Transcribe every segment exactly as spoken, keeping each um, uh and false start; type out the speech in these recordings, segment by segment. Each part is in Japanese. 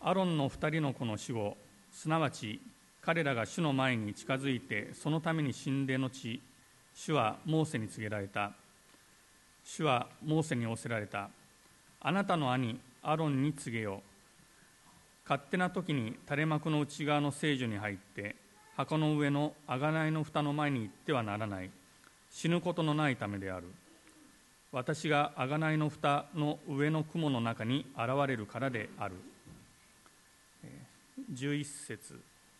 アロンの二人の子の死後、すなわち彼らが主の前に近づいてそのために死んで後、主はモーセに告げられた。主はモーセに仰せられた。あなたの兄アロンに告げよ。勝手な時に垂れ幕の内側の聖所に入って箱の上の贖いの蓋の前に行ってはならない。死ぬことのないためである。私が贖いの蓋の上の雲の中に現れるからである。じゅういち節。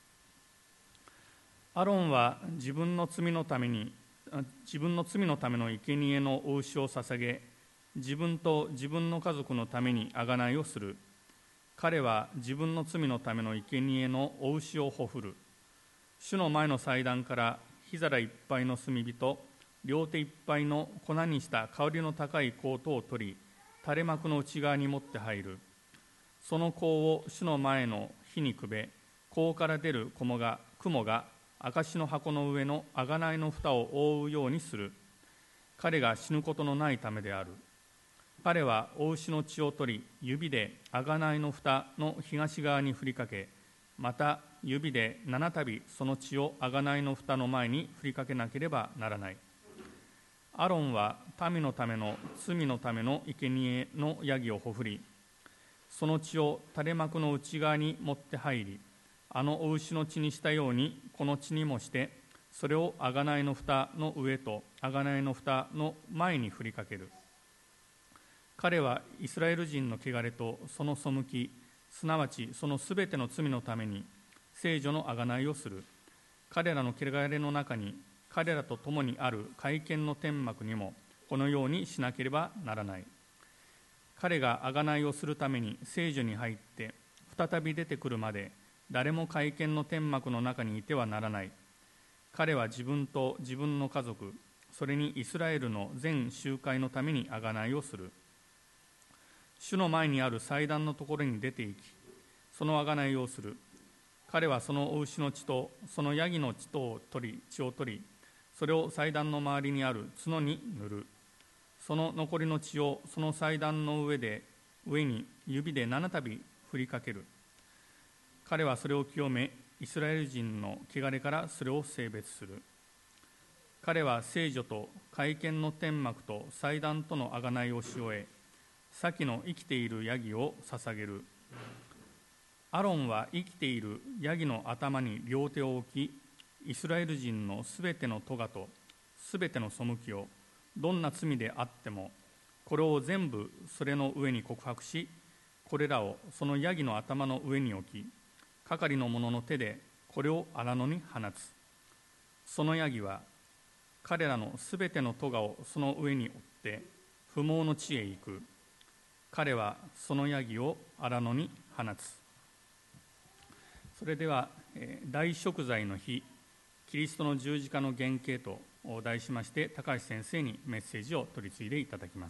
アロンは自分の罪のために自分の罪のための生贄のお牛を捧げ、自分と自分の家族のために贖いをする。彼は自分の罪のための生贄のお牛をほふる。主の前の祭壇から火皿いっぱいの炭火と両手いっぱいの粉にした香りの高い香とを取り、垂れ幕の内側に持って入る。その香を主の前の火にくべ、香から出る雲が雲が証の箱の上の贖いの蓋を覆うようにする。彼が死ぬことのないためである。彼はお牛の血を取り、指で贖いの蓋の東側に振りかけ、また指で七たびその血を贖いの蓋の前に振りかけなければならない。アロンは民のための罪のための生贄のヤギをほふり、その血を垂れ幕の内側に持って入り、あのお牛の血にしたようにこの血にもして、それを贖いの蓋の上と贖いの蓋の前に振りかける。彼はイスラエル人の汚れとその背き、すなわちそのすべての罪のために聖女の贖いをする。彼らの汚れの中に彼らと共にある会見の天幕にもこのようにしなければならない。彼が贖いをするために聖女に入って再び出てくるまで誰も会見の天幕の中にいてはならない。彼は自分と自分の家族、それにイスラエルの全集会のために贖いをする。主の前にある祭壇のところに出て行き、その贖いをする。彼はそのお牛の血とそのヤギの血を取り血を取り、それを祭壇の周りにある角に塗る。その残りの血をその祭壇の上で上に指で七たび振りかける。彼はそれを清め、イスラエル人の汚れからそれを性別する。彼は聖女と会見の天幕と祭壇との贖いをし終え、先の生きているヤギを捧げる。アロンは生きているヤギの頭に両手を置き、イスラエル人のすべての咎とすべての背きを、どんな罪であってもこれを全部それの上に告白し、これらをそのヤギの頭の上に置き、係の者の手でこれを荒野に放つ。そのヤギは彼らのすべての咎をその上に追って不毛の地へ行く。彼はそのヤギを荒野に放つ。それでは大贖罪の日、キリストの十字架の原型と題しまして、高橋先生にメッセージを取り次いでいただきます。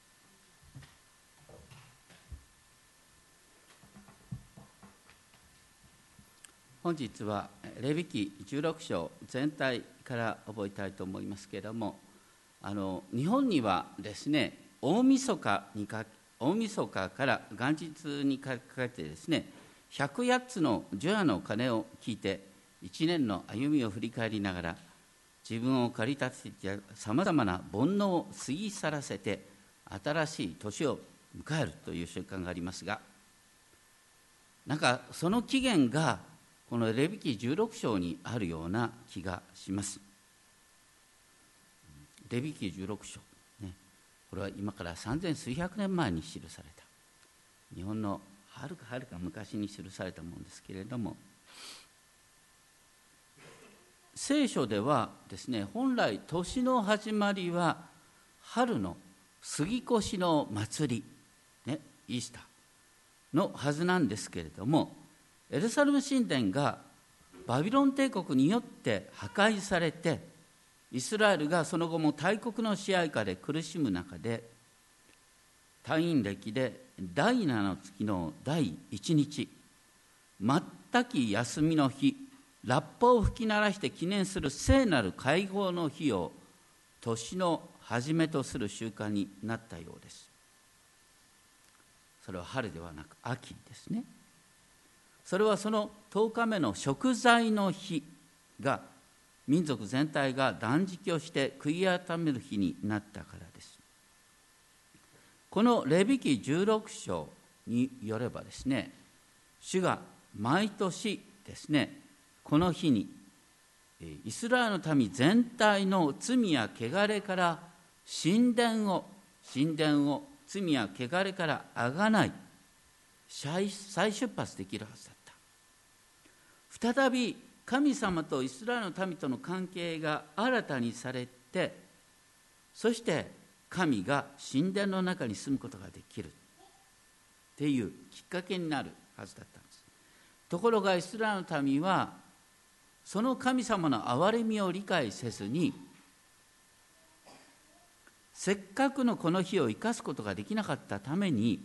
本日はレビ記じゅうろく章全体から覚えたいと思いますけれども、あの日本にはですね、大晦日にか大晦日から元日にかけてですね、ひゃくはちつの除夜の鐘を聞いていちねんの歩みを振り返りながら、自分を駆り立ててさまざまな煩悩を過ぎ去らせて新しい年を迎えるという習慣がありますが、なんかその起源がこのレビ記じゅうろく章にあるような気がします。レビ記じゅうろく章、ね、これは今から三千数百年前に記された、日本のはるかはるか昔に記されたものですけれども、聖書ではですね、本来年の始まりは春の杉越の祭り、ね、イースターのはずなんですけれども、エルサレム神殿がバビロン帝国によって破壊されて、イスラエルがその後も大国の支配下で苦しむ中で、太陰暦でだいななの月のだいいちにち、全く休みの日、ラッパを吹き鳴らして記念する聖なる会合の日を年の初めとする習慣になったようです。それは春ではなく秋ですね。 それはそのとおかめの贖罪の日が民族全体が断食をして悔い改める日になったからです。このレビ記じゅうろく章によればですね、主が毎年ですね、この日にイスラエルの民全体の罪や汚れから神殿を神殿を罪や汚れからあがない再出発できるはずだった。再び神様とイスラエルの民との関係が新たにされて、そして神が神殿の中に住むことができるっていうきっかけになるはずだったんです。ところがイスラエルの民はその神様の憐れみを理解せずに、せっかくのこの日を生かすことができなかったために、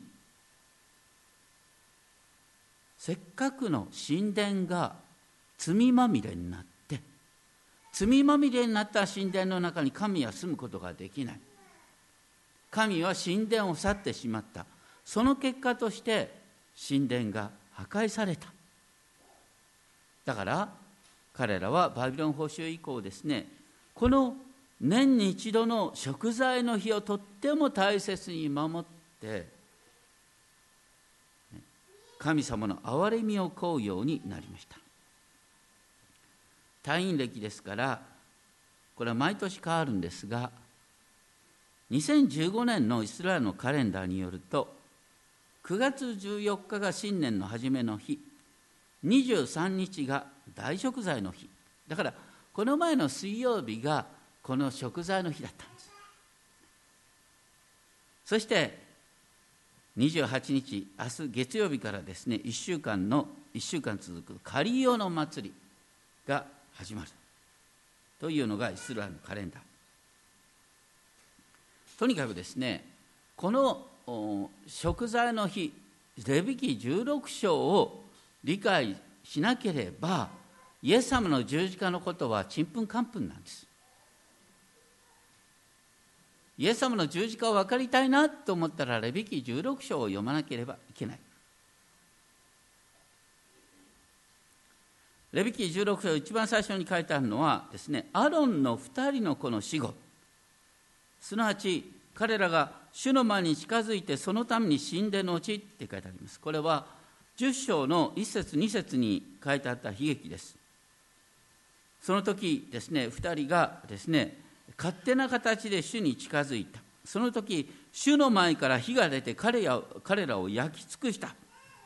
せっかくの神殿が罪まみれになって、罪まみれになった神殿の中に神は住むことができない。神は神殿を去ってしまった。その結果として神殿が破壊された。だから彼らはバビロン捕囚以降ですね、この年に一度の贖罪の日をとっても大切に守って、神様の憐れみを請うようになりました。退院歴ですから、これは毎年変わるんですが、にせんじゅうごねんのイスラエルのカレンダーによると、くがつじゅうよっかが新年の初めの日、にじゅうさんにちが大贖罪の日。だからこの前の水曜日がこの贖罪の日だったんです。そしてにじゅうはちにち、明日月曜日からですね、いっしゅうかんのいっしゅうかん続くカリオの祭りが始まるというのがイスラエルのカレンダー。とにかくですね、この贖罪の日、レビ記じゅうろく章を理解しなければ、イエス様の十字架のことはちんぷんかんぷんなんです。イエス様の十字架を分かりたいなと思ったら、レビ記じゅうろく章を読まなければいけない。レビ記じゅうろく章一番最初に書いてあるのはですね、アロンの二人の子の死後、すなわち彼らが主の前に近づいてそのために神殿のうちって書いてあります。これはじゅっ章のいっ節に節に書いてあった悲劇です。その時ですね、二人がですね、勝手な形で主に近づいた。その時主の前から火が出て彼ら彼らを焼き尽くした。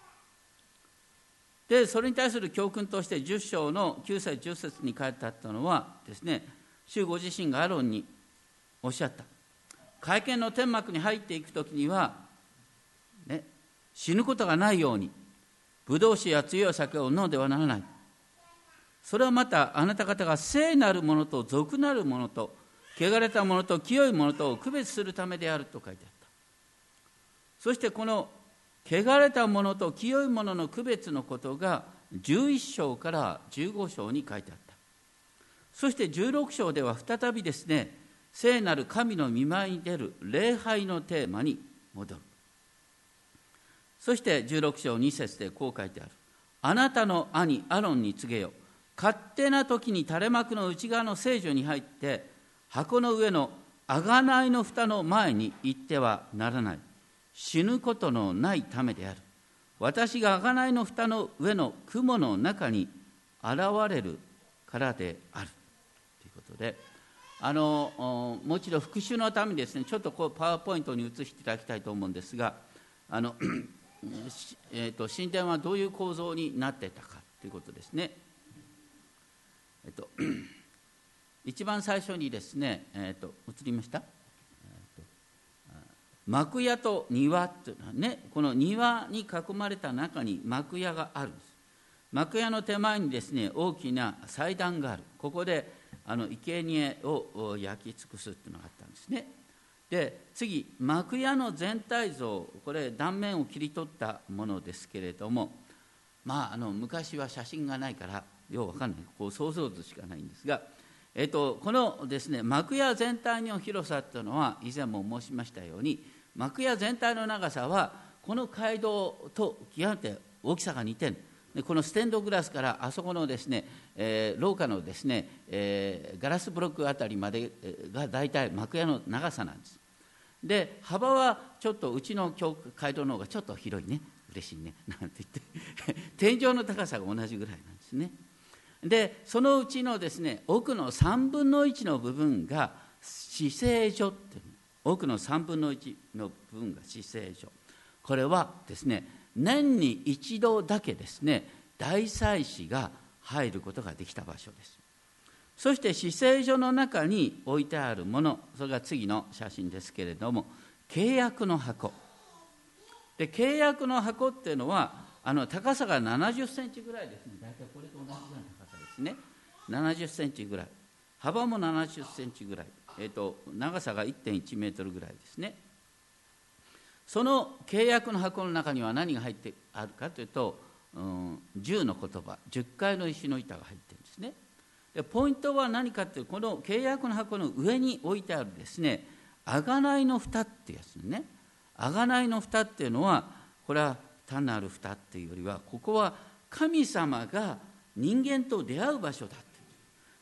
でそれに対する教訓としてじゅっ章のきゅう節じゅっ節に書いてあったのはですね、主ご自身がアロンにおっしゃった。会見の天幕に入っていくときには、ね、死ぬことがないようにブドウ酒や強い酒を飲んではならない。それはまたあなた方が聖なるものと俗なるものと汚れたものと清いものとを区別するためであると書いてあった。そしてこの汚れたものと清いものの区別のことがじゅういっ章からじゅうご章に書いてあった。そしてじゅうろく章では再びですね、聖なる神の御前に出る礼拝のテーマに戻る。そしてじゅうろく章に節でこう書いてある。あなたの兄アロンに告げよ。勝手な時に垂れ幕の内側の聖所に入って箱の上の贖いの蓋の前に行ってはならない。死ぬことのないためである。私が贖いの蓋の上の雲の中に現れるからである。ということで、あのもう一度復習のためにですね、ちょっとこうパワーポイントに移していただきたいと思うんですが、あの、えー、と神殿はどういう構造になっていたかということですね。えっと、一番最初にですね、えっと、映りました、えっと、幕屋と庭というのはね、この庭に囲まれた中に幕屋があるんです。幕屋の手前にですね、大きな祭壇がある。ここであの生贄を焼き尽くすというのがあったんですね。で次、幕屋の全体像、これ断面を切り取ったものですけれども、まあ、あの昔は写真がないからようわかんない、こう想像図しかないんですが、えっと、このですね、幕屋全体の広さというのは以前も申しましたように、幕屋全体の長さはこの街道と極めて大きさが似てる。 でこのステンドグラスからあそこのですね、えー、廊下のですね、えー、ガラスブロックあたりまでが大体幕屋の長さなんです。で幅はちょっとうちの街道の方がちょっと広いね、嬉しいねなんて言って天井の高さが同じぐらいなんですね。でそのうちのですね奥のさんぶんのいちの部分が至聖所っていう、奥のさんぶんのいちの部分が至聖所、これはですね年に一度だけですね大祭司が入ることができた場所です。そして至聖所の中に置いてあるもの、それが次の写真ですけれども、契約の箱で、契約の箱っていうのはあの高さがななじゅっセンチぐらいですね、大体これと同じような高さですね、ななじゅっセンチぐらい、幅もななじゅっセンチぐらい、えーと、長さが いってんいちメートルぐらいですね。その契約の箱の中には何が入ってあるかというと、うん、じゅうの言葉、じゅっかいの石の板が入ってるんですね。でポイントは何かというと、この契約の箱の上に置いてあるですね贖いの蓋っていうやつね。贖いの蓋っていうのは、これは単なる蓋っていうよりは、ここは神様が人間と出会う場所だって。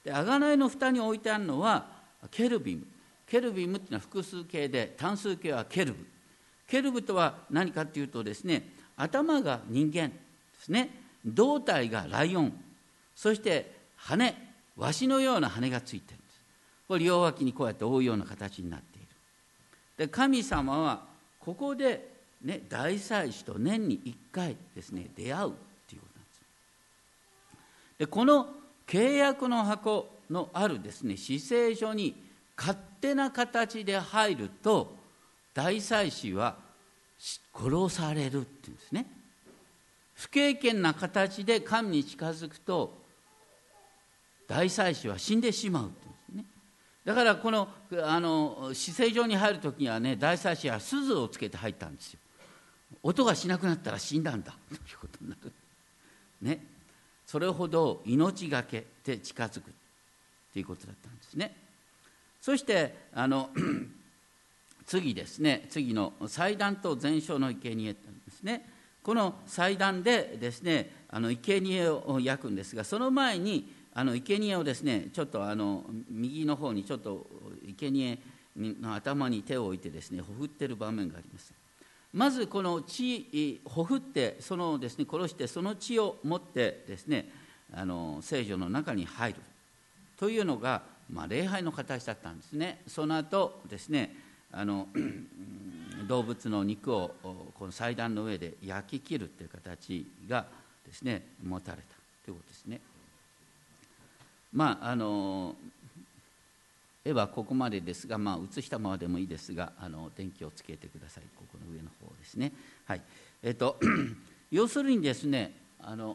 で贖いの蓋に置いてあるのはケルビム。ケルビムっていうのは複数形で、単数形はケルブ。ケルブとは何かというとですね、頭が人間ですね、胴体がライオン、そして羽、ワシのような羽がついているんです。これ両脇にこうやって覆うような形になっている。で神様はここで、ね、大祭司と年にいっかいですね出会うっていうことなんです。でこの契約の箱のあるですね至聖所に勝手な形で入ると、大祭司は殺されるっていうんですね。不経験な形で神に近づくと大祭司は死んでしまうっていうんですね。だからこのあの至聖所に入るときにはね、大祭司は鈴をつけて入ったんですよ。音がしなくなったら死んだんだということになるね。それほど命がけで近づくということだったんですね。そしてあの次ですね、次の祭壇と全焼の生贄ですね。この祭壇でですね、あの生贄を焼くんですが、その前にあの生贄をですね、ちょっとあの右の方にちょっと生贄の頭に手を置いてですね、ほふっている場面があります。まずこの血、ほふってそのですね、殺してその血を持ってですね、あの聖所の中に入るというのが、まあ、礼拝の形だったんですね。その後ですね、あの動物の肉をこの祭壇の上で焼き切るという形がですね持たれたということですね。まああの絵はここまでですが、まあ、写したままでもいいですが、あの電気をつけてください。ここの上の方ですね。はい。えっと要するにですね、あの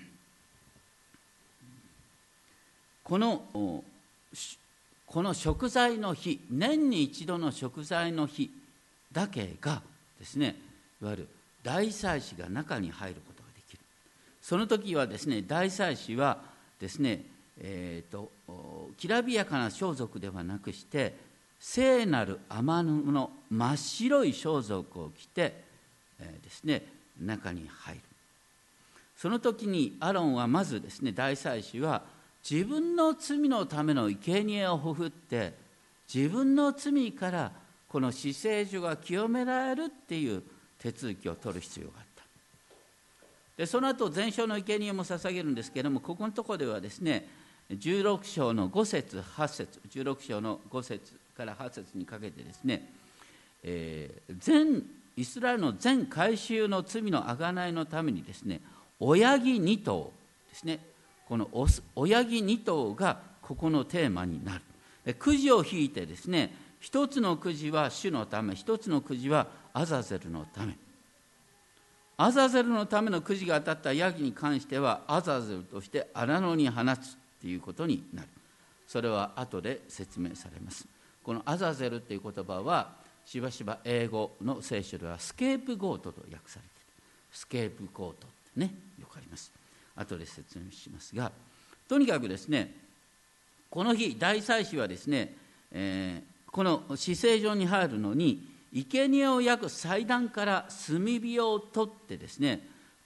このこの食材の日、年に一度の食材の日だけがですね、いわゆる大祭司が中に入ることができる。その時はですね、大祭司はですね、えーと、きらびやかな装束ではなくして、聖なる雨布の真っ白い装束を着て、えーですね、中に入る。その時にアロンはまずですね、大祭司は自分の罪のための生贄をほふって、自分の罪からこの至聖所が清められるっていう手続きを取る必要があった。でその後全焼の生贄も捧げるんですけれども、ここのところではですね、じゅうろく章のご節はち節、じゅうろく章のご節からはち節にかけてですね、えー、全イスラエルの全改宗の罪の贖いのためにですね、親木に頭ですね、この親木に頭がここのテーマになる。でくじを引いてですね、一つのくじは主のため、一つのくじはアザゼルのため。アザゼルのためのくじが当たったヤギに関しては、アザゼルとして荒野に放つということになる。それは後で説明されます。このアザゼルという言葉はしばしば英語の聖書ではスケープゴートと訳されている。スケープゴートってね、よくあります。後で説明しますが、とにかくですね、この日大祭司はですね、えー、この至聖所に入るのに生贄を焼く祭壇から炭火を取ってですね、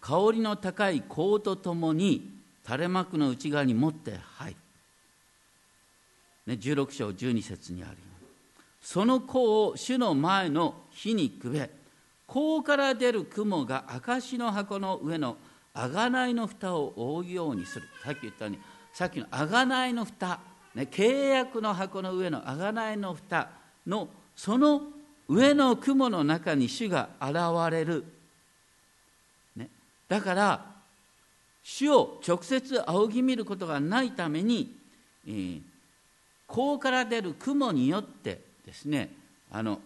香りの高い香とともに垂れ幕の内側に持って入る、ね、じゅうろく章じゅうに節にあるように、その香を主の前の火にくべ、香から出る雲が証の箱の上の贖いの蓋を覆うようにする。さっき言ったように、さっきの贖いの蓋、ね、契約の箱の上の贖いの蓋のその上の雲の中に主が現れる、ね、だから主を直接仰ぎ見ることがないために、えー、香から出る雲によってですね、あの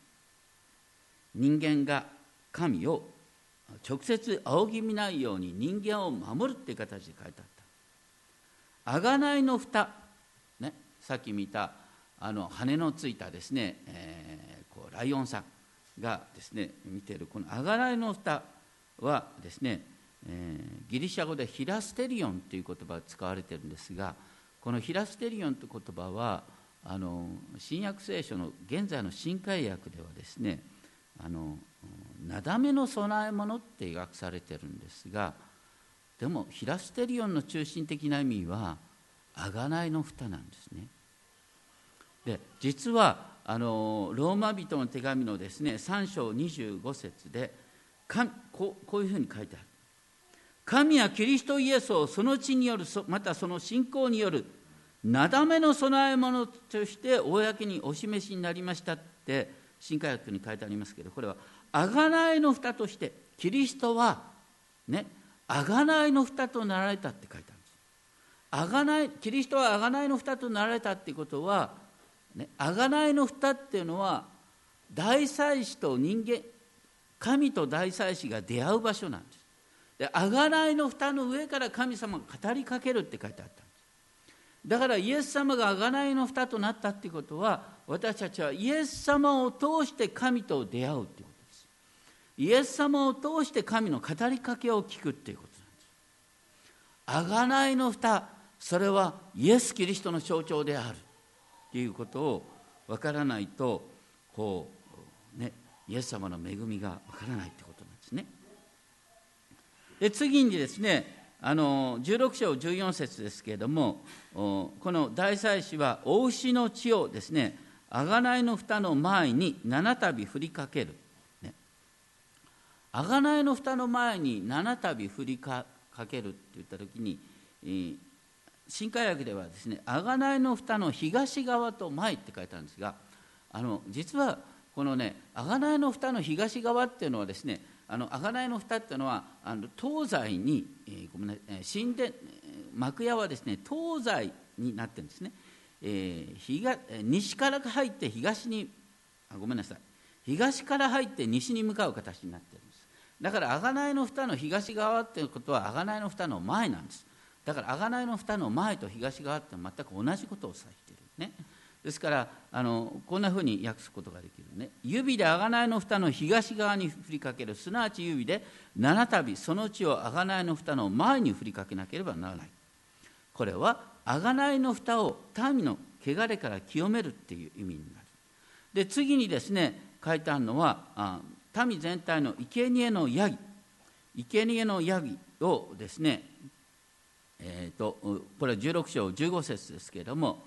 人間が神を直接仰ぎ見ないように人間を守るっていう形で書いてあった。贖いの蓋、ね、さっき見たあの羽のついたですね、えー、こうライオンさんがですね見ているこの贖いの蓋はですね、えー、ギリシャ語でヒラステリオンという言葉が使われているんですが、このヒラステリオンという言葉はあの新約聖書の現在の新海訳ではですね、あのなだめの供え物って描されているんですが、でもヒラステリオンの中心的な意味は贖いの蓋なんですね。で実はあのローマ人の手紙のですねさん章にじゅうご節でかこう、こういうふうに書いてある。神はキリストイエスをその地による、またその信仰によるなだめの供え物として公にお示しになりましたって新海訳に書いてありますけど、これは贖いの蓋としてキリストはね贖いの蓋となられたって書いてあるんです。贖いキリストは贖いの蓋となられたっていうことは、ね、贖いの蓋っていうのは大祭司と人間、神と大祭司が出会う場所なんです。で贖いの蓋の上から神様が語りかけるって書いてあったんです。だからイエス様が贖いの蓋となったっていうことは、私たちはイエス様を通して神と出会うっていうことです。イエス様を通して神の語りかけを聞くっていうことなんです。贖いの蓋、それはイエス・キリストの象徴であるっていうことを分からないと、こうねイエス様の恵みが分からないってことなんですね。で次にですね、あのじゅうろく章じゅうよん節ですけれども、この大祭司はお牛の血をですね贖いの蓋の前に七度振りかける、ね、贖いの蓋の前に七度振りかけるって言ったときに、えー、新海訳ではですね贖いの蓋の東側と前って書いてあるんですが、あの実はこのね贖いの蓋の東側っていうのはですね、あの贖いの蓋っていうのはあの東西に、えー、ごめんなさい、神殿幕屋はですね東西になってるんですね。えー、東西から入って東にあごめんなさい東から入って西に向かう形になっているんです。だから贖いの蓋の東側っていうことは贖いの蓋の前なんです。だから贖いの蓋の前と東側って全く同じことを指しているね。ですからあのこんなふうに訳すことができるね。指で贖いの蓋の東側に振りかける、すなわち指で七度その血を贖いの蓋の前に振りかけなければならない。これは贖いの蓋を民の汚れから清めるっていう意味になる。で次にですね書いてあるのはあ民全体の生贄のヤギ生贄のヤギをですね、えー、とこれはじゅうろく章じゅうご節ですけれども、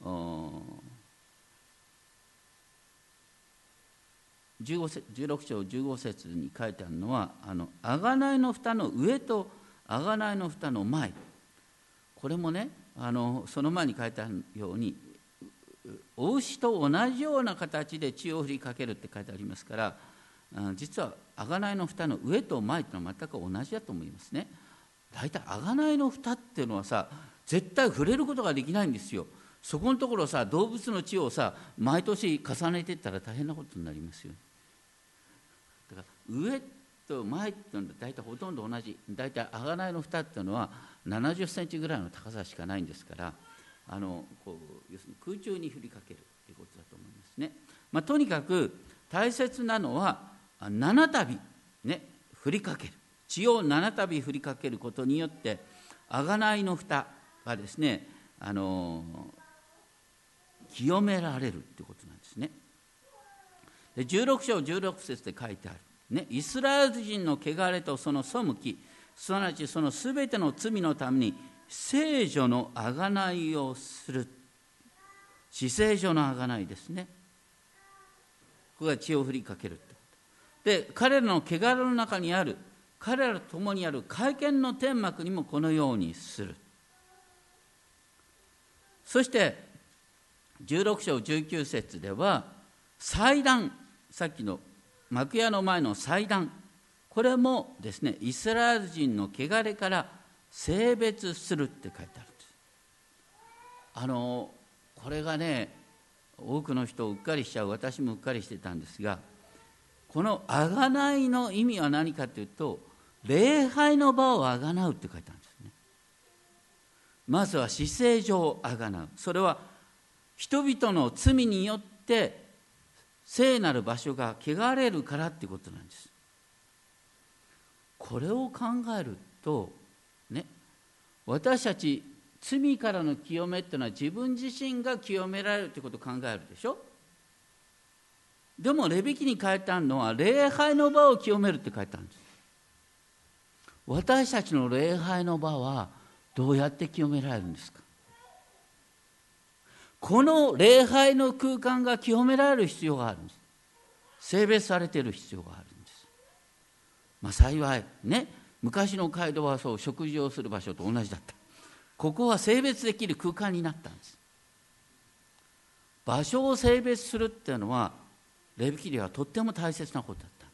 じゅうろく章じゅうご節に書いてあるのはあの贖いの蓋の上と贖いの蓋の前、これもねあのその前に書いてあるようにお牛と同じような形で血を振りかけるって書いてありますから、実は贖いの蓋の上と前というのは全く同じだと思いますね。大体贖いの蓋っていうのはさ絶対触れることができないんですよ。そこのところさ動物の血をさ毎年重ねていったら大変なことになりますよ。だから上と前っていうのは大体ほとんど同じ。大体贖いの蓋っていうのはななじゅっセンチぐらいの高さしかないんですから、あのこう要するに空中に振りかけるということだと思いますね。まあ、とにかく大切なのは七度ね振りかける、血を七度振りかけることによって贖いの蓋がですねあの清められるということなんですね。でじゅうろく章じゅうろく節で書いてあるね、イスラエル人の汚れとその背き、すなわちそのすべての罪のために聖女の贖いをする。至聖女の贖いですね。ここが血を振りかけるってこと。で、彼らの汚れの中にある、彼らと共にある会見の天幕にもこのようにする。そしてじゅうろく章じゅうきゅう節では祭壇、さっきの幕屋の前の祭壇、これもですね、イスラエル人の汚れから性別するって書いてあるんです。あのこれがね、多くの人をうっかりしちゃう、私もうっかりしてたんですが、この贖いの意味は何かというと、礼拝の場を贖うって書いてあるんですね。まずは至聖所を贖う。それは人々の罪によって聖なる場所が汚れるからってことなんです。これを考えるとね、私たち罪からの清めっていうのは自分自身が清められるということを考えるでしょ。でもレビ記に書いてあるのは礼拝の場を清めるって書いてあるんです。私たちの礼拝の場はどうやって清められるんですか。この礼拝の空間が清められる必要があるんです。聖別されている必要があるんです。まあ幸いね、昔の街道はそう食事をする場所と同じだった。ここは聖別できる空間になったんです。場所を聖別するっていうのはレビ記ではとっても大切なことだったんです。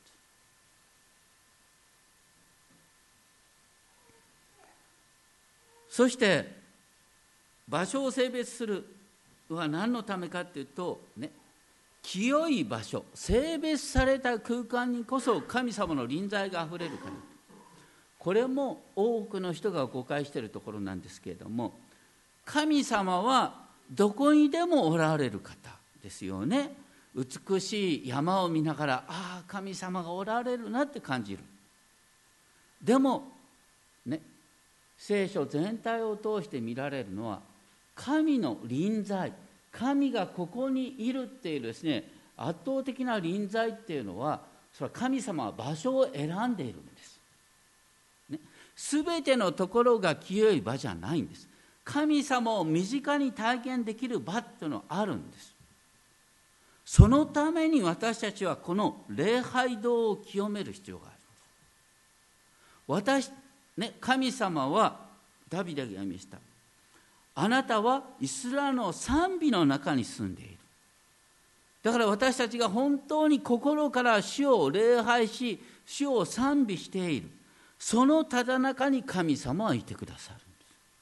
そして場所を聖別するは何のためかというとね、清い場所、聖別された空間にこそ神様の臨在があふれるから。これも多くの人が誤解しているところなんですけれども、神様はどこにでもおられる方ですよね。美しい山を見ながら、ああ神様がおられるなって感じる。でもね、聖書全体を通して見られるのは神の臨在、神がここにいるっていうですね、圧倒的な臨在っていうのは、それは神様は場所を選んでいるんですね。すべてのところが清い場じゃないんです。神様を身近に体験できる場っていうのがあるんです。そのために私たちはこの礼拝堂を清める必要があるんです。私、ね、神様はダビデが言いました。あなたはイスラエルの賛美の中に住んでいる。だから私たちが本当に心から主を礼拝し、主を賛美している。そのただ中に神様はいてくださるんです。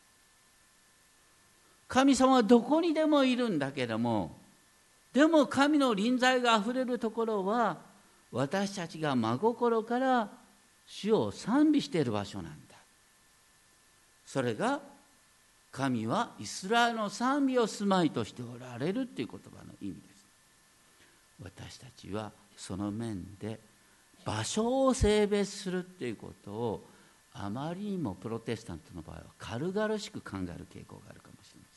神様はどこにでもいるんだけども、でも神の臨在があふれるところは、私たちが真心から主を賛美している場所なんだ。それが神はイスラエルの賛美を住まいとしておられるという言葉の意味です。私たちはその面で場所を聖別するということをあまりにもプロテスタントの場合は軽々しく考える傾向があるかもしれま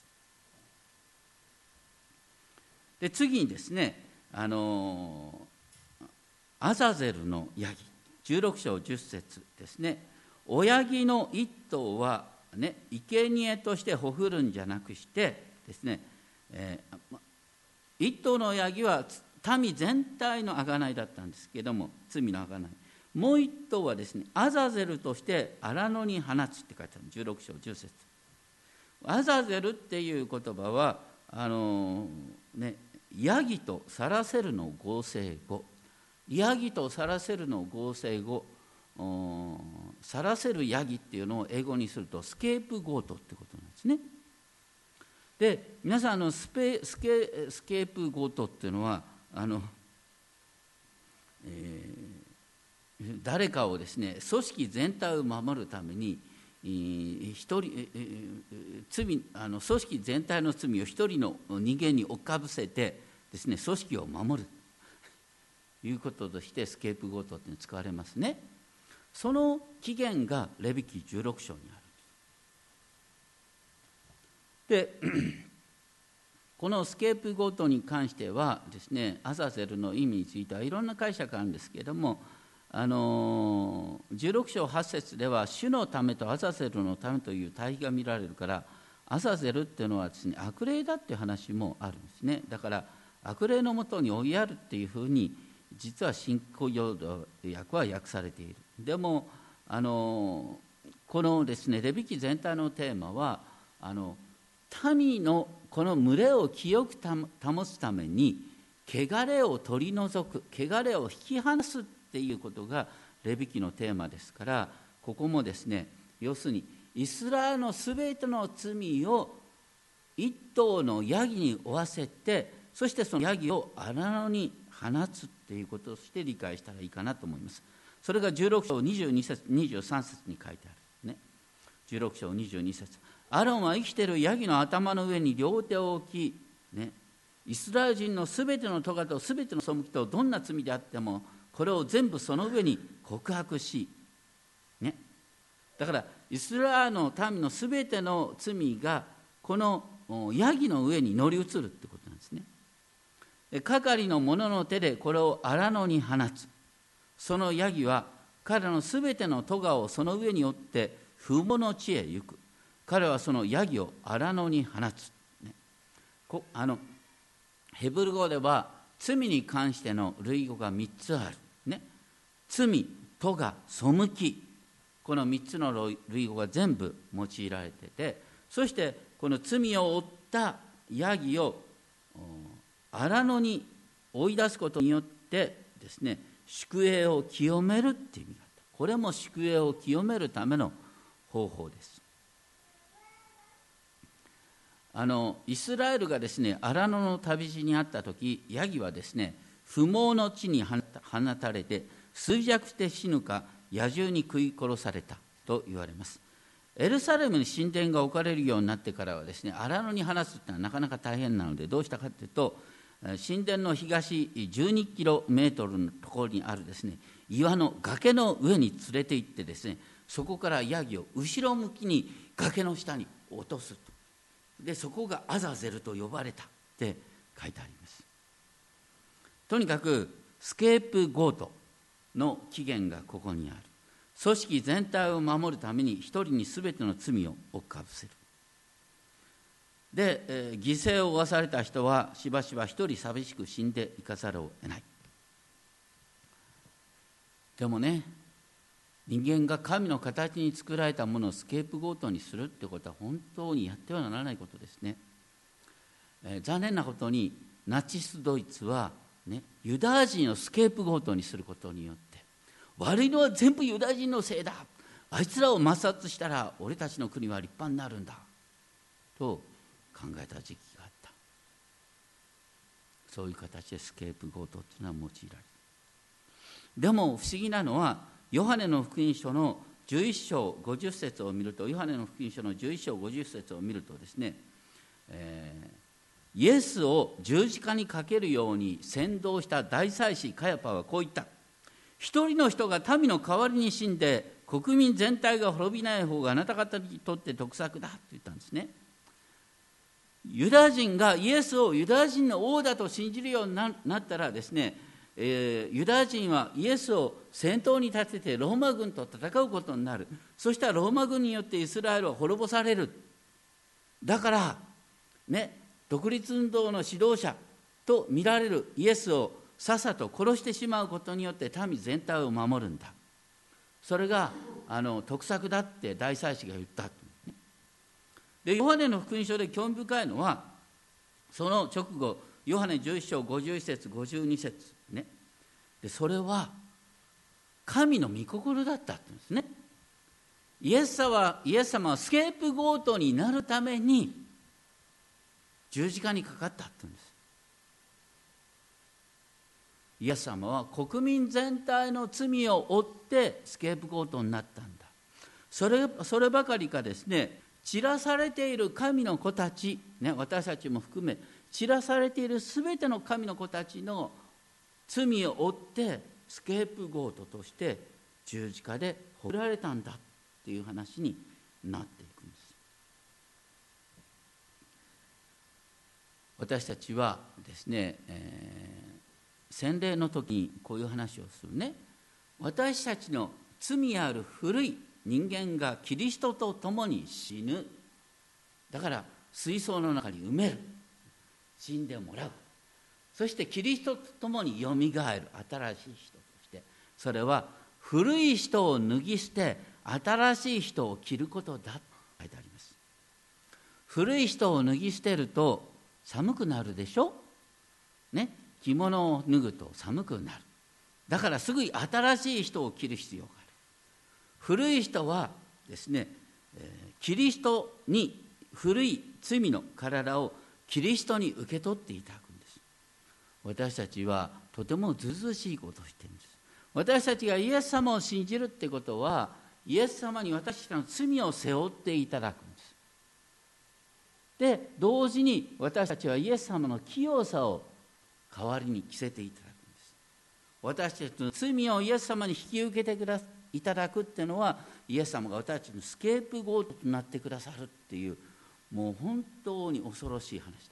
せん。で次にですね、あのアザゼルのヤギじゅうろく章じゅっ節ですね。おヤギの一頭はね、生贄としてほふるんじゃなくしてですね、えー、一頭のヤギは民全体の贖いだったんですけども、罪の贖い。もう一頭はですね、アザゼルとして荒野に放つって書いてあるじゅうろく章じゅっ節。アザゼルっていう言葉はあのー、ね、ヤギとサラセルの合成語、ヤギとサラセルの合成語、サラセルヤギっていうのを英語にするとスケープゴートってことなんですね。で皆さんあのスペスケスケープゴートっていうのはあの、えー、誰かをですね組織全体を守るために一人罪あの組織全体の罪を一人の人間に追っかぶせてですね組織を守るということとしてスケープゴートっていうのが使われますね。その起源がレビ記じゅうろく章にある。でこのスケープゴートに関してはですね、アザゼルの意味についてはいろんな解釈があるんですけれども、 あのじゅうろく章はち節では主のためとアザゼルのためという対比が見られるから、アザゼルっていうのはですね、悪霊だっていう話もあるんですね。だから悪霊のもとに追いやるっていうふうに実は新古用訳は訳されている。でもあのこのですねレビ記全体のテーマは、あの民のこの群れを清く保つために汚れを取り除く、汚れを引き離すっていうことがレビ記のテーマですから、ここもですね、要するにイスラエルのすべての罪を一頭のヤギに負わせて、そしてそのヤギを荒野に放つっていうこととして理解したらいいかなと思います。それがじゅうろく章にじゅうに節にじゅうさん節に書いてあるね。じゅうろく章にじゅうに節、アロンは生きているヤギの頭の上に両手を置き、ね、イスラエル人のすべての咎とすべての背きとどんな罪であってもこれを全部その上に告白し、ね、だからイスラエルの民のすべての罪がこのヤギの上に乗り移るってことなんですね。係の者の手でこれを荒野に放つ。そのヤギは彼のすべての咎をその上に負って不毛の地へ行く。彼はそのヤギを荒野に放つ、ね、こあのヘブル語では罪に関しての類語がみっつある、ね、罪、咎、背き、このみっつの類語が全部用いられてて、そしてこの罪を負ったヤギを荒野に追い出すことによってですね、宿営を清めるっていう意味があった。これも宿営を清めるための方法です。あのイスラエルがですね荒野の旅路にあった時、ヤギはですね不毛の地に放たれて衰弱して死ぬか野獣に食い殺されたと言われます。エルサレムに神殿が置かれるようになってからはですね、荒野に放つというのはなかなか大変なので、どうしたかというと、神殿の東じゅうにキロメートルのところにあるですね岩の崖の上に連れて行ってですね、そこからヤギを後ろ向きに崖の下に落とすと。でそこがアザゼルと呼ばれたって書いてあります。とにかくスケープゴートの起源がここにある。組織全体を守るために一人に全ての罪を負っかぶせる。で、えー、犠牲を負わされた人はしばしば一人寂しく死んでいかざるを得ない。でもね、人間が神の形に作られたものをスケープゴートにするってことは本当にやってはならないことですね。えー、残念なことにナチスドイツは、ね、ユダヤ人をスケープゴートにすることによって悪いのは全部ユダヤ人のせいだ、あいつらを抹殺したら俺たちの国は立派になるんだと考えた時期があった。そういう形でスケープゴートというのは用いられる。でも不思議なのはヨハネの福音書のじゅういっ章ごじゅっ節を見ると、ヨハネの福音書のじゅういっ章ごじゅっ節を見るとですね、えー、イエスを十字架にかけるように先導した大祭司カヤパはこう言った。一人の人が民の代わりに死んで国民全体が滅びない方があなた方にとって得策だと言ったんですね。ユダヤ人がイエスをユダヤ人の王だと信じるようになったらですね、えー、ユダヤ人はイエスを先頭に立ててローマ軍と戦うことになる。そしたらローマ軍によってイスラエルは滅ぼされる。だからね、独立運動の指導者と見られるイエスをさっさと殺してしまうことによって民全体を守るんだ。それがあの得策だって大祭司が言った。でヨハネの福音書で興味深いのは、その直後ヨハネじゅういっ章ごじゅういち節ごじゅうに節ね、でそれは神の御心だったって言うんですね。イエス様は、イエス様はスケープゴートになるために十字架にかかったって言うんです。イエス様は国民全体の罪を負ってスケープゴートになったんだ。それ、そればかりかですね、散らされている神の子たち、ね、私たちも含め散らされているすべての神の子たちの罪を負ってスケープゴートとして十字架で彫られたんだっていう話になっていくんです。私たちはですね、えー、洗礼の時にこういう話をするね。 私たちの罪ある古い人間がキリストと共に死ぬ。だから水槽の中に埋める。死んでもらう。そしてキリストと共によみがえる新しい人として、それは古い人を脱ぎ捨て新しい人を着ることだと書いてあります。古い人を脱ぎ捨てると寒くなるでしょ、ね、着物を脱ぐと寒くなる。だからすぐに新しい人を着る必要がある。古い人はですね、キリストに古い罪の体をキリストに受け取っていただくんです。私たちはとてもずうずうしいことをしているんです。私たちがイエス様を信じるってことは、イエス様に私たちの罪を背負っていただくんです。で、同時に私たちはイエス様の清さを代わりに着せていただくんです。私たちの罪をイエス様に引き受けてくだいただくっていうのは、イエス様が私たちのスケープゴートとなってくださるっていう、もう本当に恐ろしい話なんです。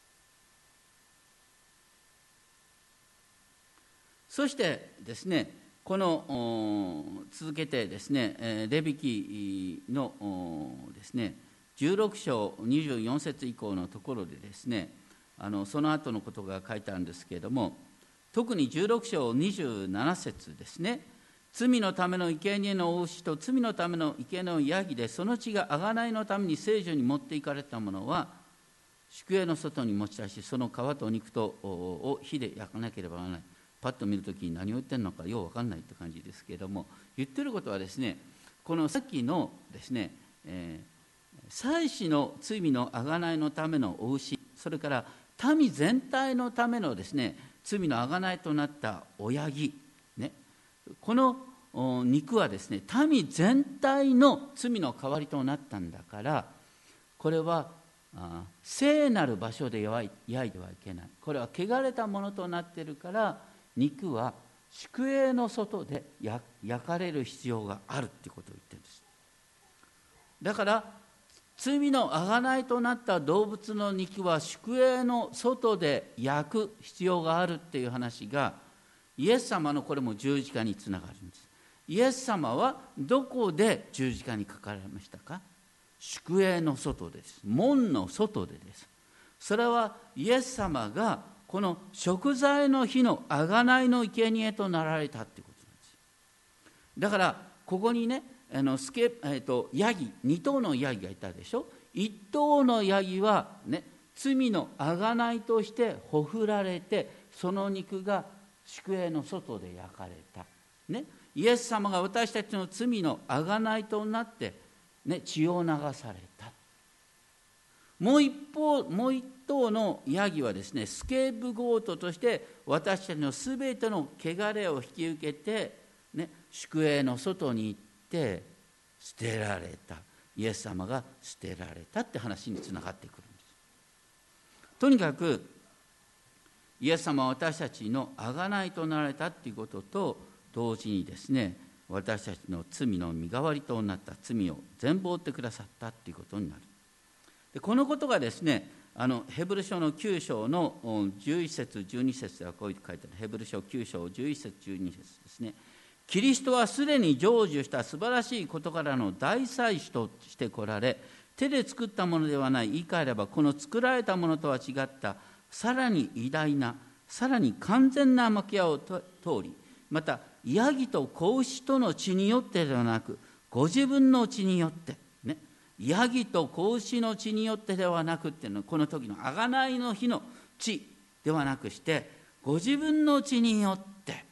そしてですね、この続けてですね、レビ記のですねじゅうろく章にじゅうよん節以降のところでですね、あのその後のことが書いてあるんですけれども、特にじゅうろく章にじゅうなな節ですね、罪のための生贄のお牛と罪のための生贄のヤギで、その血が贖いのために聖所に持っていかれたものは宿営の外に持ち出し、その皮と肉とを火で焼かなければならない。パッと見るときに何を言ってるのかよう分かんないって感じですけれども、言ってることはですね、このさっきのですね、えー、祭司の罪の贖いのためのお牛、それから民全体のためのですね罪の贖いとなったおヤギ、ね、この肉はですね民全体の罪の代わりとなったんだから、これはあ聖なる場所で焼いてはいけない。これは汚れたものとなっているから、肉は宿営の外で焼かれる必要があるっていうことを言ってるんです。だから罪の贖いとなった動物の肉は宿営の外で焼く必要があるっていう話が、イエス様のこれも十字架につながるんです。イエス様はどこで十字架にかかられましたか？宿営の外です。門の外でです。それはイエス様がこの贖罪の日の贖いの生贄となられたっていうことなんです。だからここにね、あのスケ、えー、とヤギに頭のヤギがいたでしょ。いっ頭のヤギはね、罪の贖いとしてほふられて、その肉が宿営の外で焼かれた、ね、イエス様が私たちの罪の贖いとなって、ね、血を流された。もう一方、もう一頭のヤギはですね、スケープゴートとして私たちのすべての汚れを引き受けて、ね、宿営の外に行って捨てられた。イエス様が捨てられたって話につながってくるんです。とにかくイエス様は私たちの贖いとなられたっていうことと同時にですね、私たちの罪の身代わりとなった罪を全部負ってくださったっていうことになる。でこのことがですね、あのヘブル書のきゅう章のじゅういち節じゅうに節ではこういう書いてある。ヘブル書きゅう章じゅういち節じゅうに節ですね。キリストはすでに成就した素晴らしい事柄の大祭司として来られ、手で作ったものではない、言い換えればこの作られたものとは違ったさらに偉大な、さらに完全な幕屋を通り、またヤギと子牛との血によってではなく、ご自分の血によってね、ヤギと子牛の血によってではなくっていうのは、この時の贖いの日の血ではなくして、ご自分の血によって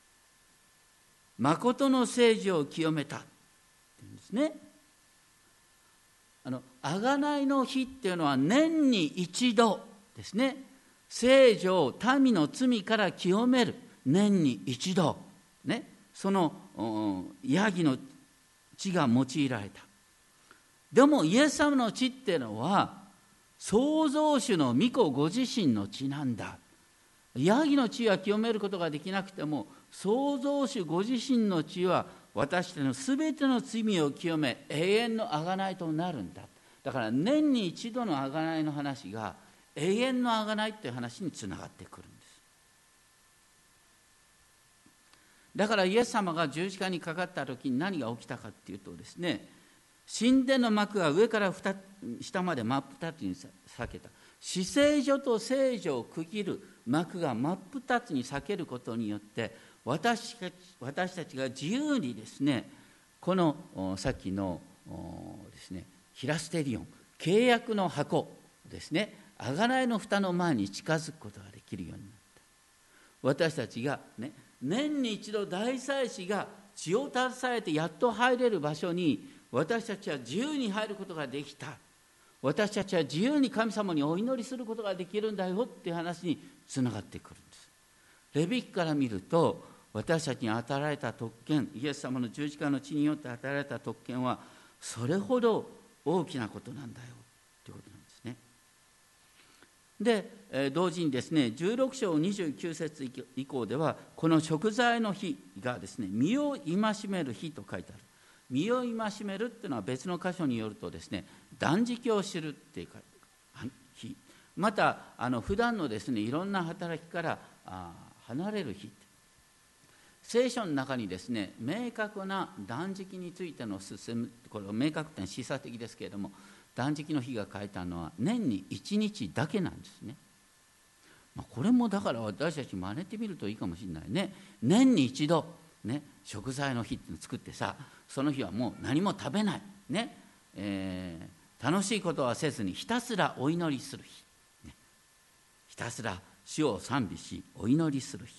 誠の聖事を清めたっていうんですね。あの贖いの日っていうのは年に一度ですね。聖女を民の罪から清める年に一度ね、そのヤギの血が用いられた。でもイエス様の血っていうのは創造主の御子ご自身の血なんだ。ヤギの血は清めることができなくても、創造主ご自身の血は私たちのすべての罪を清め、永遠の贖いとなるんだ。だから年に一度の贖いの話が永遠の贖いっていう話につながってくるんです。 だからイエス様が十字架にかかった時に何が起きたかっていうとですね、神殿の幕が上から下まで真っ二つに裂けた。至聖所と聖所を区切る幕が真っ二つに裂けることによって、私たち、私たちが自由にですね、このさっきのですね、ヒラステリオン、契約の箱ですね、贖いの蓋の前に近づくことができるようになった。私たちがね、年に一度大祭司が血を携えてやっと入れる場所に私たちは自由に入ることができた。私たちは自由に神様にお祈りすることができるんだよっていう話につながってくるんです。レビ記から見ると、私たちに与えられた特権、イエス様の十字架の血によって与えられた特権はそれほど大きなことなんだよということなんですね。で、同時にですね、じゅうろく章にじゅうきゅう節以降では、この贖罪の日がですね、身を戒める日と書いてある。身を戒めるっていうのは別の箇所によるとですね、断食を知るっていう日、またあの普段のですね、いろんな働きからあ離れる日、聖書の中にですね、明確な断食についての進む、これは明確点示唆的ですけれども、断食の日が書いてあるのは年にいちにちだけなんですね。まあ、これもだから私たち真似てみるといいかもしれないね。年に一度ね、贖罪の日っていうのを作ってさ、その日はもう何も食べないね、えー、楽しいことはせずにひたすらお祈りする日、ね、ひたすら主を賛美しお祈りする日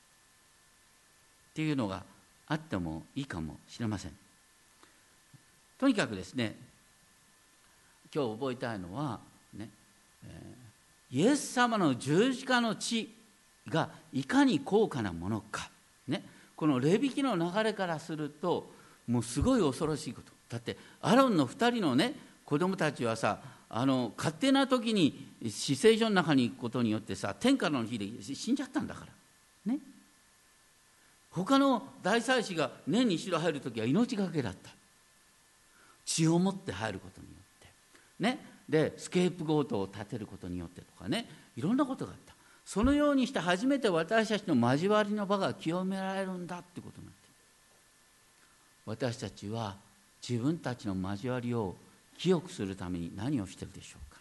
っていうのがあってもいいかもしれません。とにかくですね、今日覚えたいのは、ねえー、イエス様の十字架の血がいかに高価なものか、ね、このレビ記の流れからするともうすごい恐ろしいこと。だってアロンのふたりのね子供たちはさ、あの勝手な時に至聖所の中に行くことによってさ、天下の火で死んじゃったんだからね。他の大祭司が年に一度入る時は命がけだった。血を持って入ることによってね、でスケープゴートを立てることによってとかね、いろんなことがあった。そのようにして初めて私たちの交わりの場が清められるんだってことになっている。私たちは自分たちの交わりを清くするために何をしているでしょうか。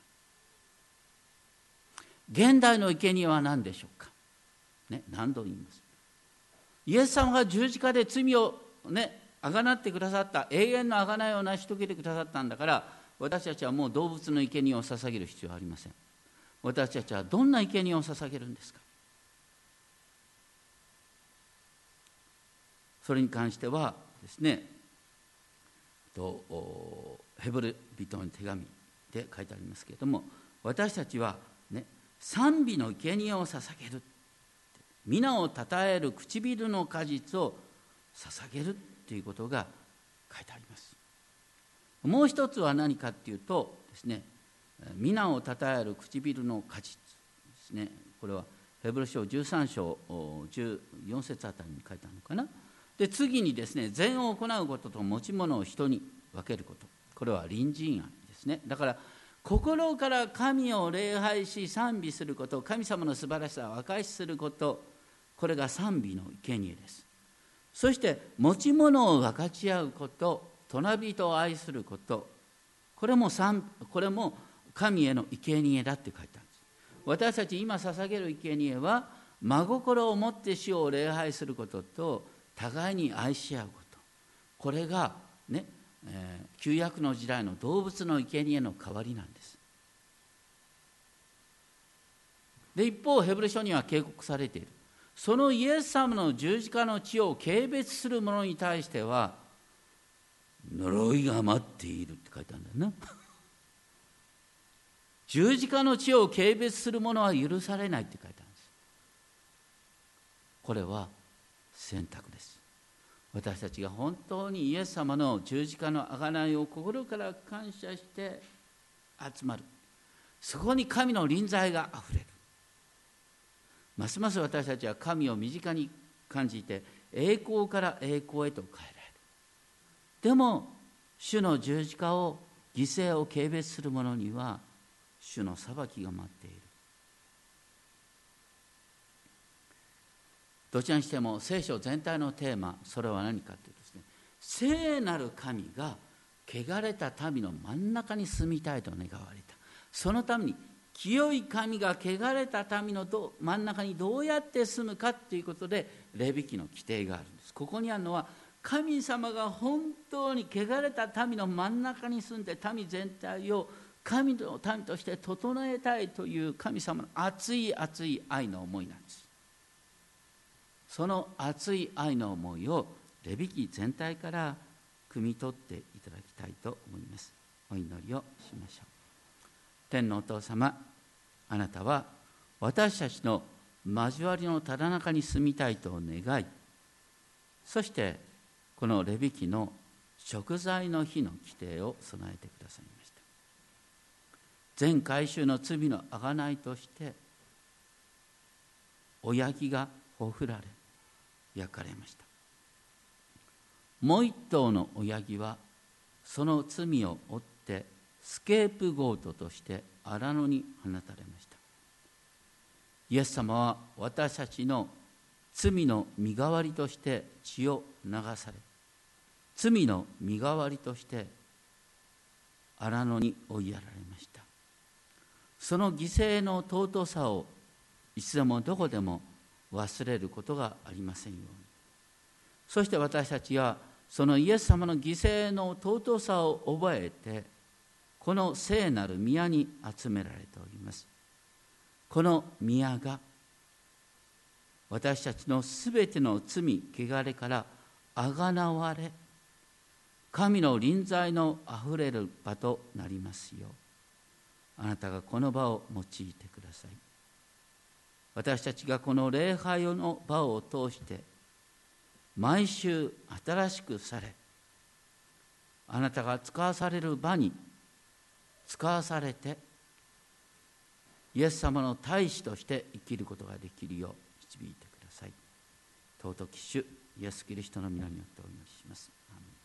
現代の生贄は何でしょうか、ね、何度言います。イエス様が十字架で罪をねあがなってくださった、永遠のあがないを成し遂げてくださったんだから、私たちはもう動物の生贄を捧げる必要はありません。私たちはどんな生贄を捧げるんですか。それに関してはですね、とヘブル人の手紙で書いてありますけれども、私たちはね、賛美の生贄を捧げる、皆をたたえる唇の果実を捧げるということが書いてあります。もう一つは何かっていうとですね、皆をたたえる唇の果実ですね。これはヘブル書じゅうさん章じゅうよん節あたりに書いてあるのかな。で次にですね、善を行うことと持ち物を人に分けること、これは隣人愛ですね。だから心から神を礼拝し賛美すること、神様の素晴らしさを証しすること、これが賛美の生贄です。そして持ち物を分かち合うこと、隣人を愛すること、これもこれも神への生贄だって書いてあるんです。私たち今捧げる生贄は、真心を持って主を礼拝することと互いに愛し合うこと、これがね、えー、旧約の時代の動物の生贄の代わりなんです。で一方ヘブル書には警告されている。そのイエス様の十字架の血を軽蔑する者に対しては呪いが待っているって書いてあるんだよな。十字架の血を軽蔑する者は許されないって書いてあるんです。これは選択です。私たちが本当にイエス様の十字架の贖いを心から感謝して集まる、そこに神の臨在があふれる。ますます私たちは神を身近に感じて、栄光から栄光へと変えられる。でも主の十字架を犠牲を軽蔑する者には主の裁きが待っている。 どちらにしても聖書全体のテーマ、それは何かというとですね、聖なる神が汚れた民の真ん中に住みたいと願われた。そのために清い神が汚れた民の真ん中にどうやって住むかということでレビ記の規定があるんです。ここにあるのは、神様が本当に汚れた民の真ん中に住んで民全体を神の民として整えたいという神様の熱い熱い愛の思いなんです。その熱い愛の思いをレビ記全体から汲み取っていただきたいと思います。お祈りをしましょう。天のお父様、あなたは私たちの交わりのただ中に住みたいと願い、そしてこのレビ記の贖罪の日の規定を備えてくださいました。全改宗の罪の贖いとしてお焼きがほふられ焼かれました。もう一頭の親木はその罪を負ってスケープゴートとして荒野に放たれました。イエス様は私たちの罪の身代わりとして血を流され、罪の身代わりとして荒野に追いやられました。その犠牲の尊さをいつでもどこでも忘れることがありませんように。そして私たちはそのイエス様の犠牲の尊さを覚えて、この聖なる宮に集められております。この宮が私たちのすべての罪汚れからあがなわれ、神の臨在のあふれる場となりますよう、あなたがこの場を用いてください。私たちがこの礼拝の場を通して毎週新しくされ、あなたが使わされる場に使わされて、イエス様の大使として生きることができるよう導いてください。尊き主イエスキリストの皆によってお祈りします。アーメン。